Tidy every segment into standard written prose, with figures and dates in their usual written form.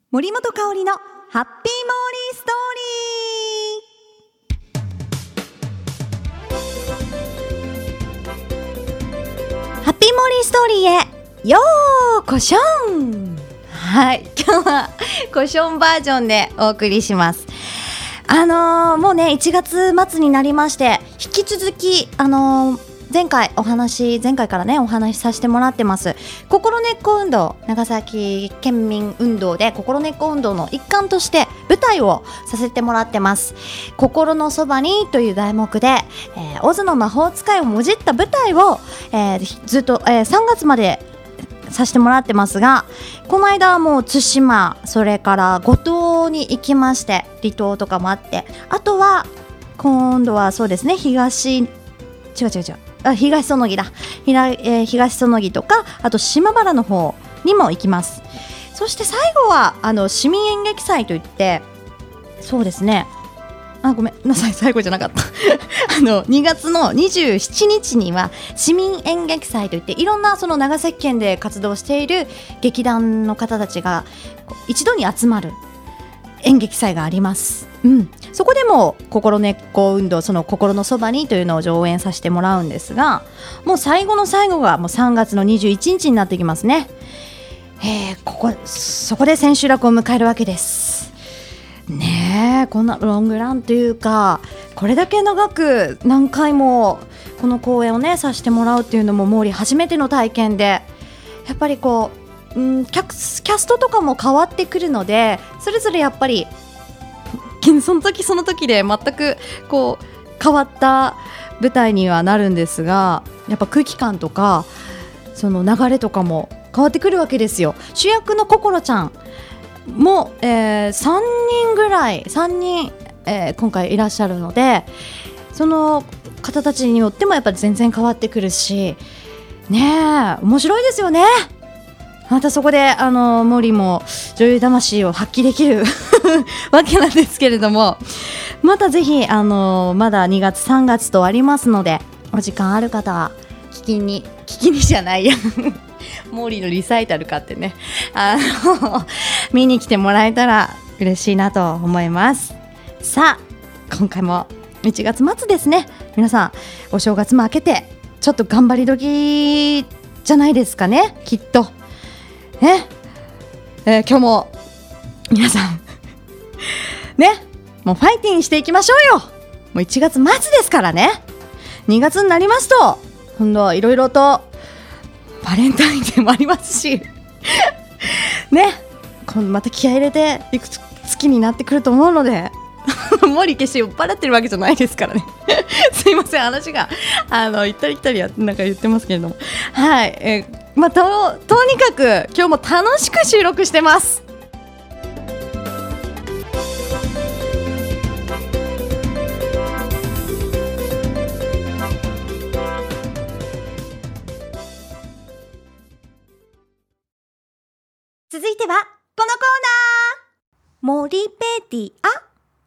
森本香里のハッピーモーリーストーリー。ハッピーモーリーストーリーへようこしょん。はい、今日はコションバージョンでお送りします。もうね1月末になりまして、引き続き前回からねお話しさせてもらってます心根っこ運動、長崎県民運動で心根っこ運動の一環として舞台をさせてもらってます。心のそばにという題目で、オズの魔法使いをもじった舞台を、ずっと、3月までさせてもらってますが、この間はもう対馬、それから五島に行きまして、離島とかもあって、あとは今度はそうですね、東そのぎだ、東そのぎとか、あと島原の方にも行きます。そして最後は市民演劇祭といって、そうですね、ごめんなさい、最後じゃなかった2月の27日には市民演劇祭といって、いろんなその長崎県で活動している劇団の方たちが一度に集まる演劇祭があります。そこでも心根っこ運動、その心のそばにというのを上演させてもらうんですが、もう最後の最後がもう3月の21日になってきますね。そこで千秋楽を迎えるわけですね。こんなロングランというか、これだけ長く何回もこの公演をねさせてもらうっていうのももう初めての体験で、やっぱりキャストとかも変わってくるので、それぞれやっぱりその時で全く変わった舞台にはなるんですが、やっぱ空気感とかその流れとかも変わってくるわけですよ。主役の心ちゃんも、3人、今回いらっしゃるので、その方たちによってもやっぱり全然変わってくるしね、面白いですよね。またそこでモリも女優魂を発揮できるわけなんですけれども、またぜひまだ2月3月とありますので、お時間ある方は聞きにじゃないやモーリーのリサイタル買ってね見に来てもらえたら嬉しいなと思います。さあ、今回も1月末ですね。皆さんお正月も明けてちょっと頑張り時じゃないですかね、きっとね。今日も皆さんね、もうファイティンしていきましょうよ。もう1月末ですからね。2月になりますと今度はいろいろとバレンタインデーもありますしね、今度また気合い入れていく月になってくると思うのでモリ決して酔っ払ってるわけじゃないですからねすいません、話が行ったり来たりなんか言ってますけれども、はい、とにかく今日も楽しく収録してます。続いてはこのコーナー、モリペディア。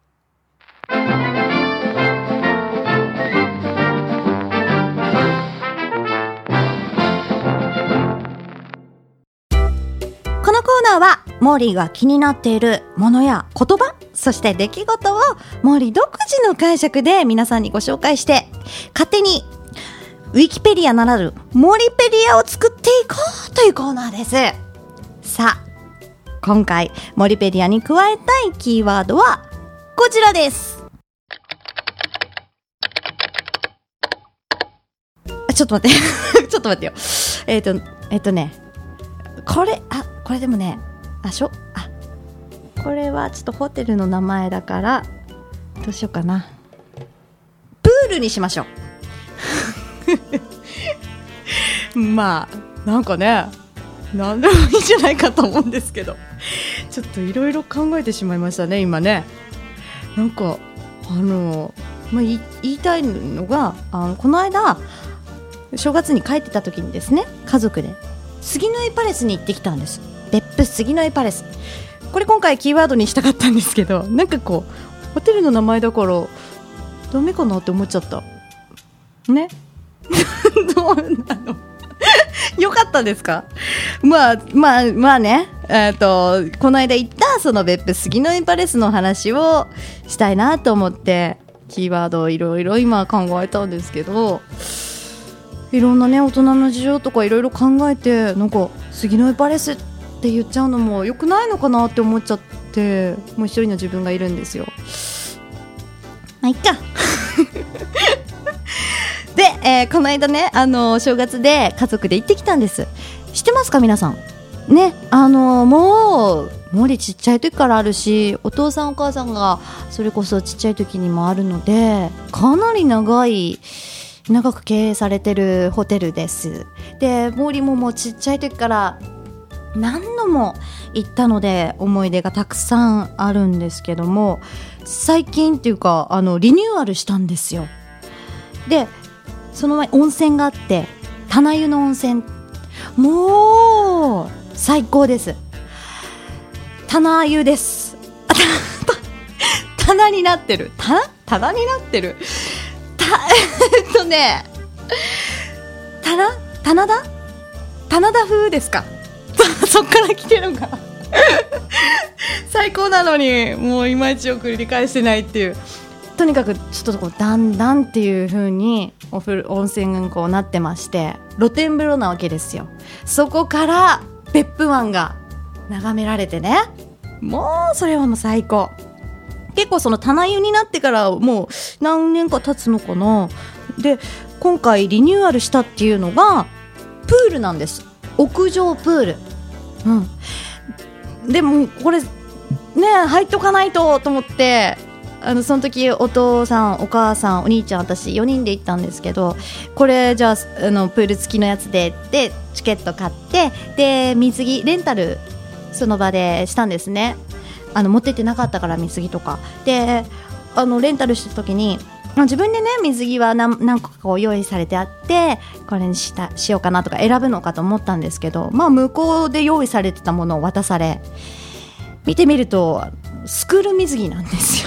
このコーナーはモーリーが気になっているものや言葉、そして出来事をモーリー独自の解釈で皆さんにご紹介して、勝手にウィキペディアならぬモリペディアを作っていこうというコーナーです。さあ、今回モリペディアに加えたいキーワードはこちらです。ちょっと待ってよこれでもね、これはちょっとホテルの名前だからどうしようかな。プールにしましょうまあなんかね、なんでもいいんじゃないかと思うんですけど、ちょっといろいろ考えてしまいましたね今ね。なんか言いたいのが、この間正月に帰ってた時にですね、家族で杉の井パレスに行ってきたんです。別府杉の井パレス、これ今回キーワードにしたかったんですけど、なんかホテルの名前だからダメかなって思っちゃったねどうなのよかったですか？まあね、この間言ったその別府杉の井パレスの話をしたいなと思ってキーワードをいろいろ今考えたんですけど、いろんなね大人の事情とかいろいろ考えて、なんか杉の井パレスって言っちゃうのも良くないのかなって思っちゃって、もう一人の自分がいるんですよ。まあいっかで、この間ね正月で家族で行ってきたんです。知ってますか皆さんね。もうモリちっちゃい時からあるし、お父さんお母さんがそれこそちっちゃい時にもあるので、かなり長く経営されてるホテルです。でモリももうちっちゃい時から何度も行ったので思い出がたくさんあるんですけども、最近っていうかリニューアルしたんですよ。でその前温泉があって、棚湯の温泉、もう最高です。棚湯です棚になってる、棚になってる棚田風ですかそっから来てるのかな最高なのにもういまいちを繰り返してないっていう。とにかくちょっとこうだんだんっていう風に温泉がこうなってまして、露天風呂なわけですよ。そこから別府湾が眺められてね、もうそれはもう最高。結構その棚湯になってからもう何年か経つのかな。で今回リニューアルしたっていうのがプールなんです。屋上プール、でもこれね入っとかないと思って、その時お父さんお母さんお兄ちゃん私4人で行ったんですけど、これじゃあプール付きのやつでチケット買って、で水着レンタルその場でしたんですね。持ってってなかったから水着とかでレンタルした時に自分でね水着は何個かこう用意されてあって、これにしようかなとか選ぶのかと思ったんですけど、向こうで用意されてたものを渡され、見てみるとスクール水着なんですよ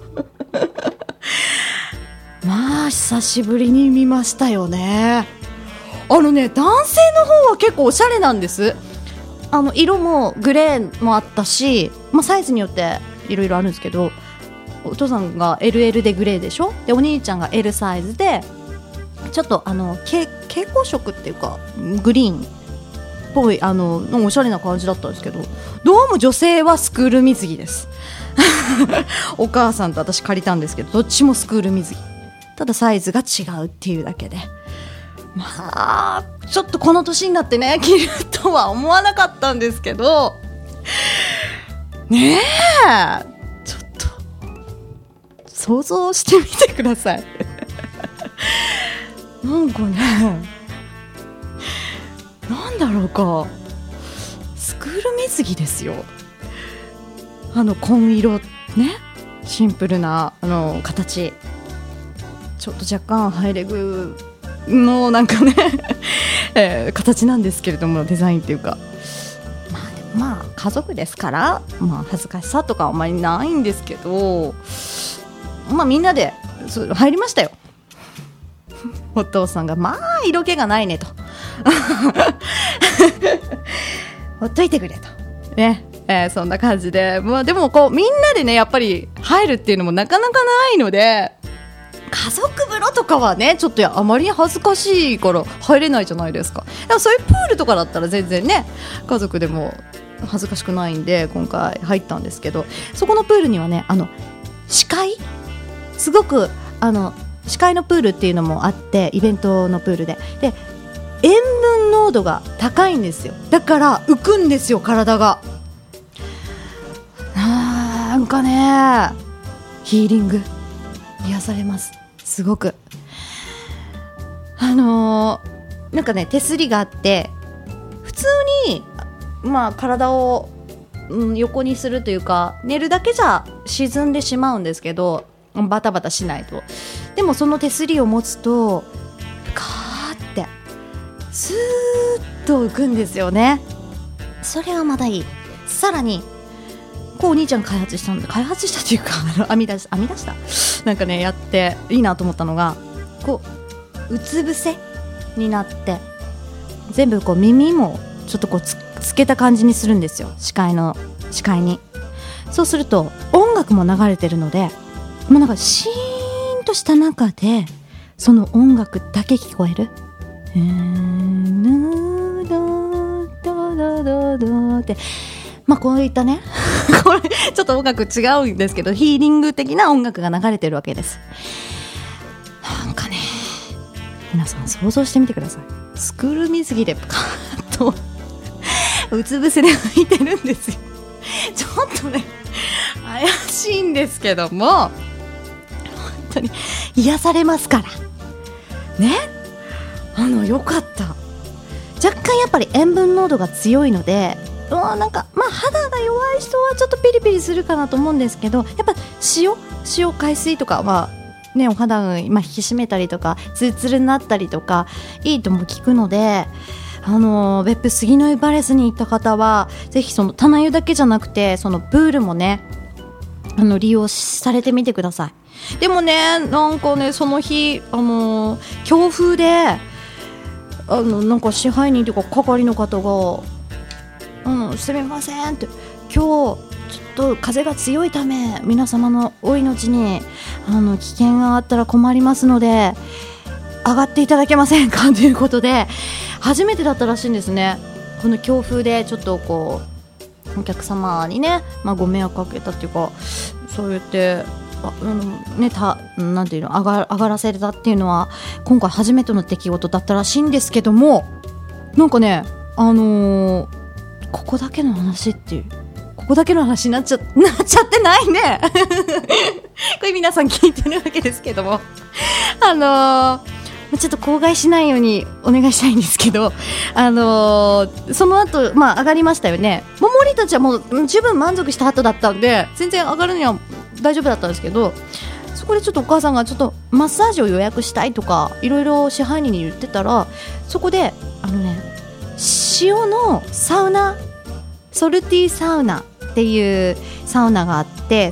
まあ久しぶりに見ましたよね。男性の方は結構おしゃれなんです。色もグレーもあったし、サイズによっていろいろあるんですけど、お父さんが LL でグレーでしょ、でお兄ちゃんが L サイズでちょっと蛍光色っていうかグリーンっぽいおしゃれな感じだったんですけど、どうも女性はスクール水着ですお母さんと私借りたんですけど、どっちもスクール水着、ただサイズが違うっていうだけで、ちょっとこの年になってね着るとは思わなかったんですけどねえ、ちょっと想像してみてくださいなんかね、なんだろうか、スクール水着ですよ。紺色ね、シンプルな形、ちょっと若干ハイレグのなんかね、形なんですけれども、デザインっていうか、でも家族ですから、恥ずかしさとかあんまりないんですけど、みんなで入りましたよ。お父さんが色気がないねとほっといてくれとね、そんな感じで、でもこうみんなでねやっぱり入るっていうのもなかなかないので、家族風呂とかはねちょっとあまり恥ずかしいから入れないじゃないですか。でもそういうプールとかだったら全然ね家族でも恥ずかしくないんで今回入ったんですけど、そこのプールにはね視界すごく視界のプールっていうのもあって、イベントのプールで塩分濃度が高いんですよ。だから浮くんですよ体が。なんかねヒーリング癒されます。すごくなんかね手すりがあって、普通に体を、横にするというか寝るだけじゃ沈んでしまうんですけど、バタバタしないと。でもその手すりを持つとカーってスーッと浮くんですよね。それがまだいい。さらにこうお兄ちゃんが開発したというか編み出したなんかねやっていいなと思ったのが、こううつ伏せになって全部こう耳もちょっとこう つけた感じにするんですよ、視界に。そうすると音楽も流れてるので、もうなんかシーンとした中でその音楽だけ聞こえる。って、まあこういったねこれちょっと音楽違うんですけど、ヒーリング的な音楽が流れてるわけです。なんかね、皆さん想像してみてください。スクール水着でパーッとうつ伏せで吹いてるんですよ。ちょっとね怪しいんですけども、本当に癒されますからね。よかった。若干やっぱり塩分濃度が強いので、なんかまあ肌が弱い人はちょっとピリピリするかなと思うんですけど、やっぱ塩海水とかはね、お肌を引き締めたりとかツルツルになったりとかいいとも聞くので、別府杉の湯パレスに行った方はぜひその棚湯だけじゃなくてそのプールもね利用されてみてください。でもね、なんかね、その日強風でなんか支配人というか係の方がすみませんって今日ちょっと風が強いため皆様のお命に危険があったら困りますので上がっていただけませんかということで、初めてだったらしいんですね。この強風でちょっとこうお客様にね、ご迷惑かけたっていうか、そうやってなんていうの、上がらせたっていうのは今回初めての出来事だったらしいんですけども、なんかねここだけの話っていう、ここだけの話になっちゃってないねこれ皆さん聞いてるわけですけどもちょっと口外しないようにお願いしたいんですけど、その後、上がりましたよね。桃李たちはもう十分満足した後だったんで全然上がるには大丈夫だったんですけど、そこでちょっとお母さんがちょっとマッサージを予約したいとかいろいろ支配人に言ってたら、そこで塩のサウナ、ソルティサウナっていうサウナがあって、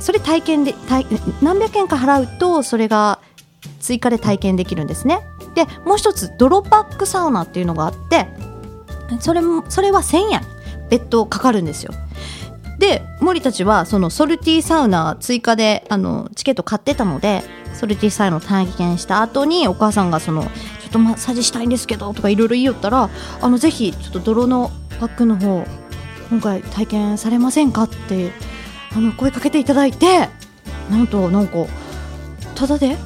それ体験で何百円か払うとそれが追加で体験できるんですね。でもう一つ泥パックサウナっていうのがあって、それは1000円別途かかるんですよ。で森たちはそのソルティサウナ追加でチケット買ってたので、ソルティサウナを体験した後にお母さんがちょっとマッサージしたいんですけどとかいろいろ言いよったら、ぜひちょっと泥のパックの方今回体験されませんかって声かけていただいて、なんかタダで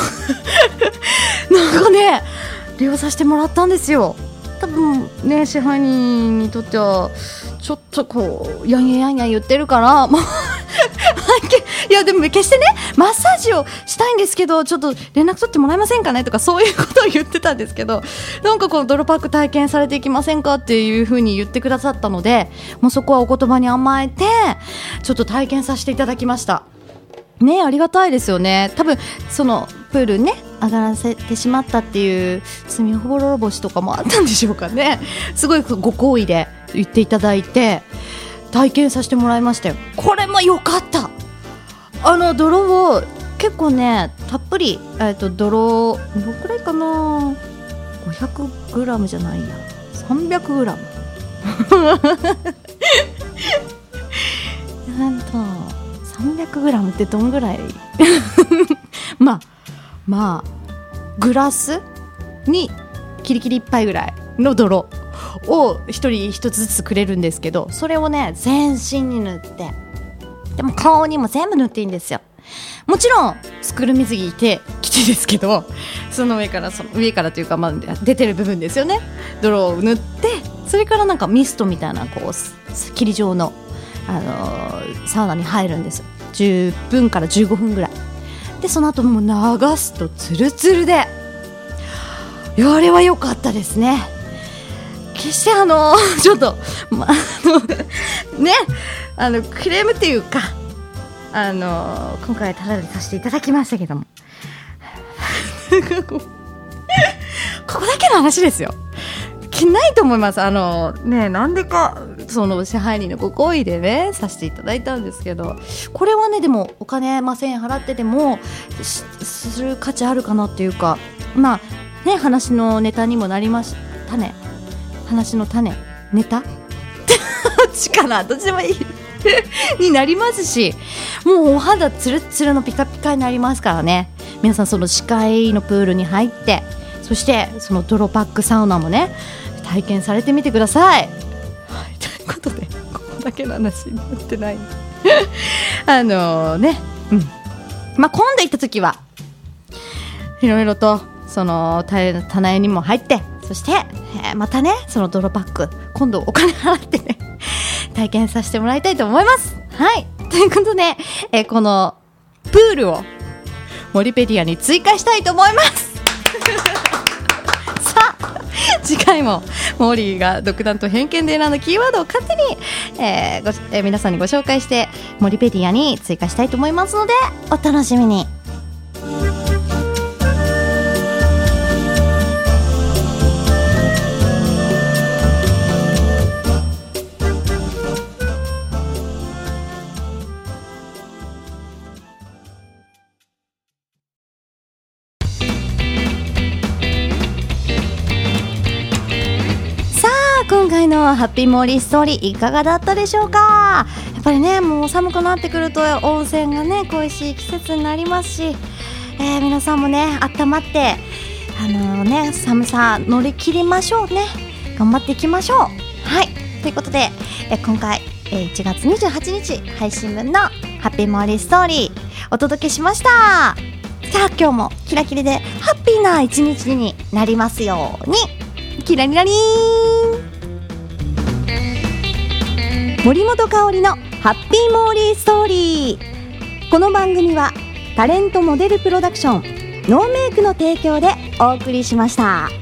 なんかね利用させてもらったんですよ。多分ね、支配人にとってはちょっとこうやんや言ってるからいやでも決してねマッサージをしたいんですけどちょっと連絡取ってもらえませんかねとかそういうことを言ってたんですけど、なんかこの泥パック体験されていきませんかっていう風に言ってくださったので、もうそこはお言葉に甘えてちょっと体験させていただきましたね。ありがたいですよね。多分そのプールにね上がらせてしまったっていう罪滅ぼしとかもあったんでしょうかね。すごいご好意で言っていただいて体験させてもらいましたよ。これも良かった。泥を結構ねたっぷり、泥どのくらいかな、 500g じゃないや 300g なんと 300g ってどんぐらいまあグラスにキリキリ1杯ぐらいの泥を一人一つずつくれるんですけど、それをね全身に塗って、でも顔にも全部塗っていいんですよ。もちろんスクール水着着てですけど、その上からというか、出てる部分ですよね、泥を塗って、それからなんかミストみたいなこう霧状の、サウナに入るんですよ。10分から15分ぐらいで、その後もう流すとツルツルで、あれは良かったですね。決してちょっと、ねクレームっていうか今回タダでさせていただきましたけどもここだけの話ですよ。ないと思います。なんでかその支配人のご好意でねさせていただいたんですけど、これはねでもお金1000円払ってでもする価値あるかなっていうか、話のネタにもなりましたね。 話の種、ネタどっちかな、どっちでもいいになりますし、もうお肌ツルッツルのピカピカになりますからね。皆さんその視界のプールに入って、そしてその泥パックサウナもね体験されてみてください。はい、ということでここだけの話になってないね、まあ、今度行った時はいろいろとその棚絵にも入って、そして、またねその泥パック今度お金払ってね体験させてもらいたいと思います。はい、ということで、このプールをモリペディアに追加したいと思いますさあ次回もモーリーが独断と偏見で選んだキーワードを勝手に、皆さんにご紹介してモリペディアに追加したいと思いますのでお楽しみに。今回のハッピーモーリーストーリーいかがだったでしょうか。やっぱりねもう寒くなってくると温泉がね恋しい季節になりますし、皆さんもね温まって寒さ乗り切りましょうね。頑張っていきましょう。はい、ということで、今回、1月28日配信分のハッピーモーリーストーリーお届けしました。さあ今日もキラキラでハッピーな一日になりますように。キラリラリーン。森本香織のハッピーモーリーストーリー。この番組はタレントモデルプロダクションノーメイクの提供でお送りしました。